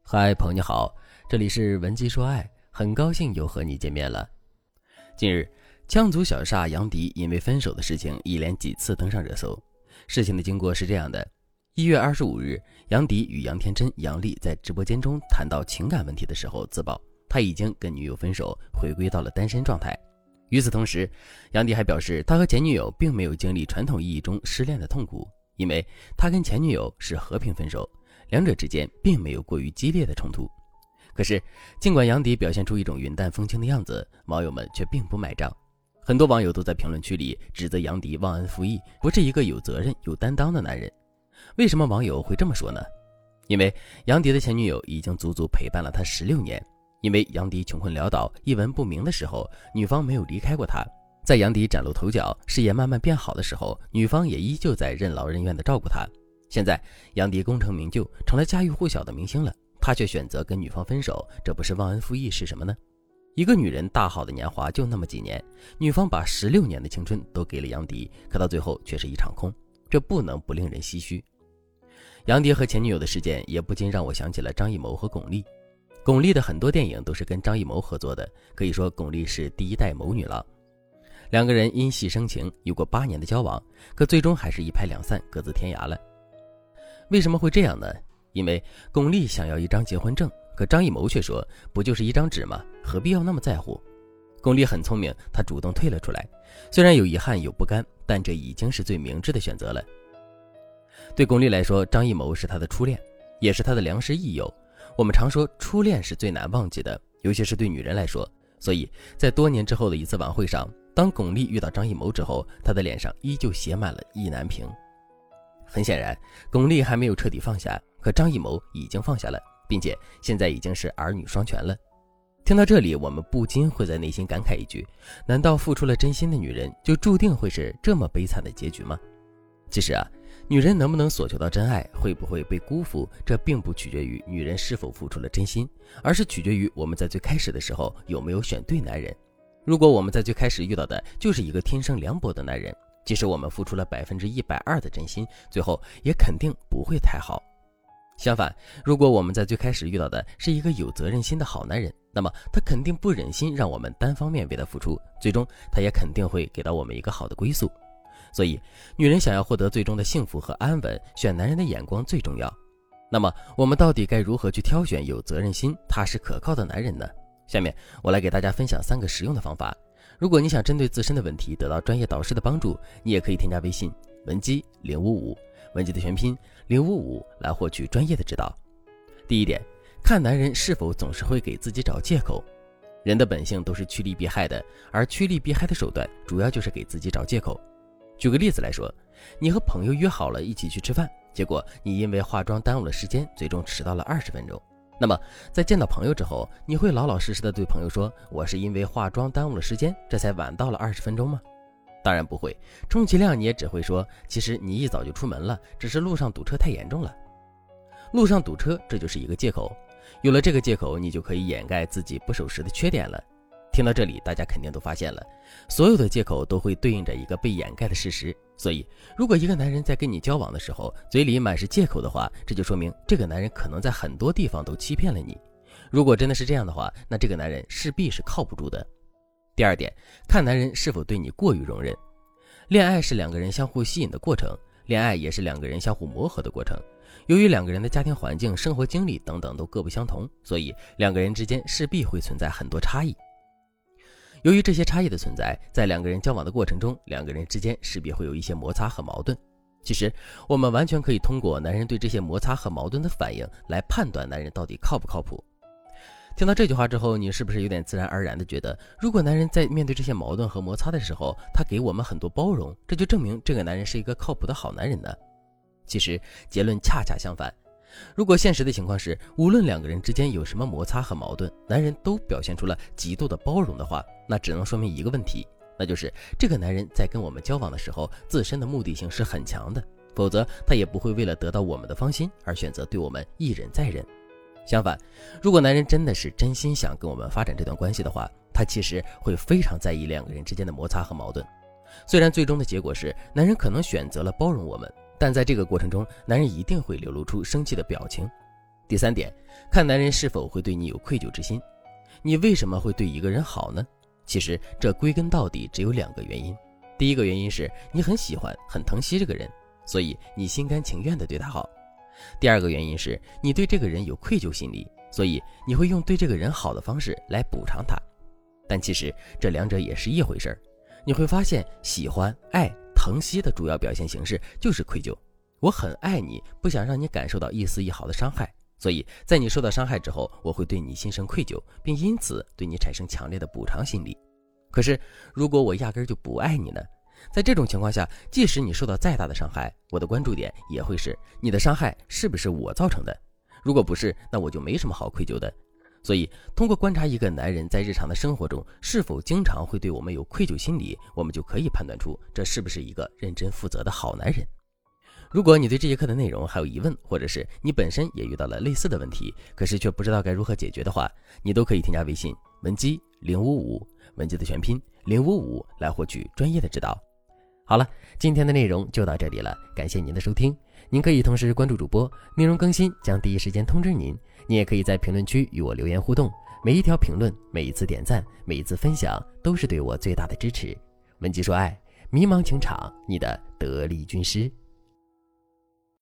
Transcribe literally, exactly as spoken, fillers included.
嗨，朋友你好，这里是文姬说爱，很高兴又和你见面了。近日，羌族小煞杨迪因为分手的事情一连几次登上热搜。事情的经过是这样的：一月二十五日，杨迪与杨天真、杨丽在直播间中谈到情感问题的时候自曝，他已经跟女友分手，回归到了单身状态。与此同时，杨迪还表示，他和前女友并没有经历传统意义中失恋的痛苦，因为他跟前女友是和平分手，两者之间并没有过于激烈的冲突。可是，尽管杨迪表现出一种云淡风轻的样子，网友们却并不买账。很多网友都在评论区里指责杨迪忘恩负义，不是一个有责任、有担当的男人。为什么网友会这么说呢？因为杨迪的前女友已经足足陪伴了他十六年。因为杨迪穷困潦倒、一文不名的时候，女方没有离开过他。在杨迪崭露头角、事业慢慢变好的时候，女方也依旧在任劳任怨地照顾他。现在杨迪功成名就，成了家喻户晓的明星了，他却选择跟女方分手，这不是忘恩负义是什么呢？一个女人大好的年华就那么几年，女方把十六年的青春都给了杨迪，可到最后却是一场空，这不能不令人唏嘘。杨迪和前女友的事件也不禁让我想起了张艺谋和巩俐。巩俐的很多电影都是跟张艺谋合作的，可以说巩俐是第一代谋女郎。两个人因戏生情，有过八年的交往，可最终还是一拍两散，各自天涯了。为什么会这样呢？因为巩俐想要一张结婚证，可张艺谋却说不就是一张纸吗？何必要那么在乎？巩俐很聪明，她主动退了出来，虽然有遗憾有不甘，但这已经是最明智的选择了。对巩俐来说，张艺谋是她的初恋，也是她的良师益友。我们常说初恋是最难忘记的，尤其是对女人来说。所以在多年之后的一次晚会上，当巩俐遇到张艺谋之后，她的脸上依旧写满了意难平。很显然，巩俐还没有彻底放下，可张艺谋已经放下了，并且现在已经是儿女双全了。听到这里，我们不禁会在内心感慨一句：难道付出了真心的女人就注定会是这么悲惨的结局吗？其实啊，女人能不能索求到真爱，会不会被辜负，这并不取决于女人是否付出了真心，而是取决于我们在最开始的时候有没有选对男人。如果我们在最开始遇到的就是一个天生凉薄的男人，即使我们付出了百分之一百二的真心，最后也肯定不会太好。相反，如果我们在最开始遇到的是一个有责任心的好男人，那么他肯定不忍心让我们单方面为他付出，最终他也肯定会给到我们一个好的归宿。所以女人想要获得最终的幸福和安稳，选男人的眼光最重要。那么我们到底该如何去挑选有责任心、踏实可靠的男人呢？下面我来给大家分享三个实用的方法。如果你想针对自身的问题得到专业导师的帮助，你也可以添加微信文姬零五五，文姬的全拼零五五，来获取专业的指导。第一点，看男人是否总是会给自己找借口。人的本性都是趋利避害的，而趋利避害的手段主要就是给自己找借口。举个例子来说，你和朋友约好了一起去吃饭，结果你因为化妆耽误了时间，最终迟到了二十分钟。那么在见到朋友之后，你会老老实实的对朋友说，我是因为化妆耽误了时间，这才晚到了二十分钟吗？当然不会，充其量你也只会说，其实你一早就出门了，只是路上堵车太严重了。路上堵车，这就是一个借口，有了这个借口，你就可以掩盖自己不守时的缺点了。听到这里，大家肯定都发现了，所有的借口都会对应着一个被掩盖的事实。所以如果一个男人在跟你交往的时候嘴里满是借口的话，这就说明这个男人可能在很多地方都欺骗了你。如果真的是这样的话，那这个男人势必是靠不住的。第二点，看男人是否对你过于容忍。恋爱是两个人相互吸引的过程，恋爱也是两个人相互磨合的过程。由于两个人的家庭环境、生活经历等等都各不相同，所以两个人之间势必会存在很多差异。由于这些差异的存在，在两个人交往的过程中，两个人之间势必会有一些摩擦和矛盾。其实我们完全可以通过男人对这些摩擦和矛盾的反应来判断男人到底靠不靠谱。听到这句话之后，你是不是有点自然而然的觉得，如果男人在面对这些矛盾和摩擦的时候，他给我们很多包容，这就证明这个男人是一个靠谱的好男人呢？其实结论恰恰相反。如果现实的情况是，无论两个人之间有什么摩擦和矛盾，男人都表现出了极度的包容的话，那只能说明一个问题，那就是这个男人在跟我们交往的时候，自身的目的性是很强的，否则他也不会为了得到我们的芳心而选择对我们一忍再忍。相反，如果男人真的是真心想跟我们发展这段关系的话，他其实会非常在意两个人之间的摩擦和矛盾。虽然最终的结果是男人可能选择了包容我们，但在这个过程中，男人一定会流露出生气的表情。 第三点，看男人是否会对你有愧疚之心。你为什么会对一个人好呢？其实这归根到底只有两个原因。第一个原因是你很喜欢很疼惜这个人，所以你心甘情愿地对他好。第二个原因是你对这个人有愧疚心理，所以你会用对这个人好的方式来补偿他。但其实这两者也是一回事儿。你会发现喜欢、爱、疼惜的主要表现形式就是愧疚。我很爱你，不想让你感受到一丝一毫的伤害，所以在你受到伤害之后，我会对你心生愧疚，并因此对你产生强烈的补偿心理。可是如果我压根就不爱你呢？在这种情况下，即使你受到再大的伤害，我的关注点也会是你的伤害是不是我造成的。如果不是，那我就没什么好愧疚的。所以通过观察一个男人在日常的生活中是否经常会对我们有愧疚心理，我们就可以判断出这是不是一个认真负责的好男人。如果你对这节课的内容还有疑问，或者是你本身也遇到了类似的问题，可是却不知道该如何解决的话，你都可以添加微信文姬零五五，文姬的全拼零五五，来获取专业的指导。好了，今天的内容就到这里了，感谢您的收听。您可以同时关注主播，内容更新将第一时间通知您。你也可以在评论区与我留言互动，每一条评论，每一次点赞，每一次分享，都是对我最大的支持。文姬说爱，迷茫情场，你的得力军师。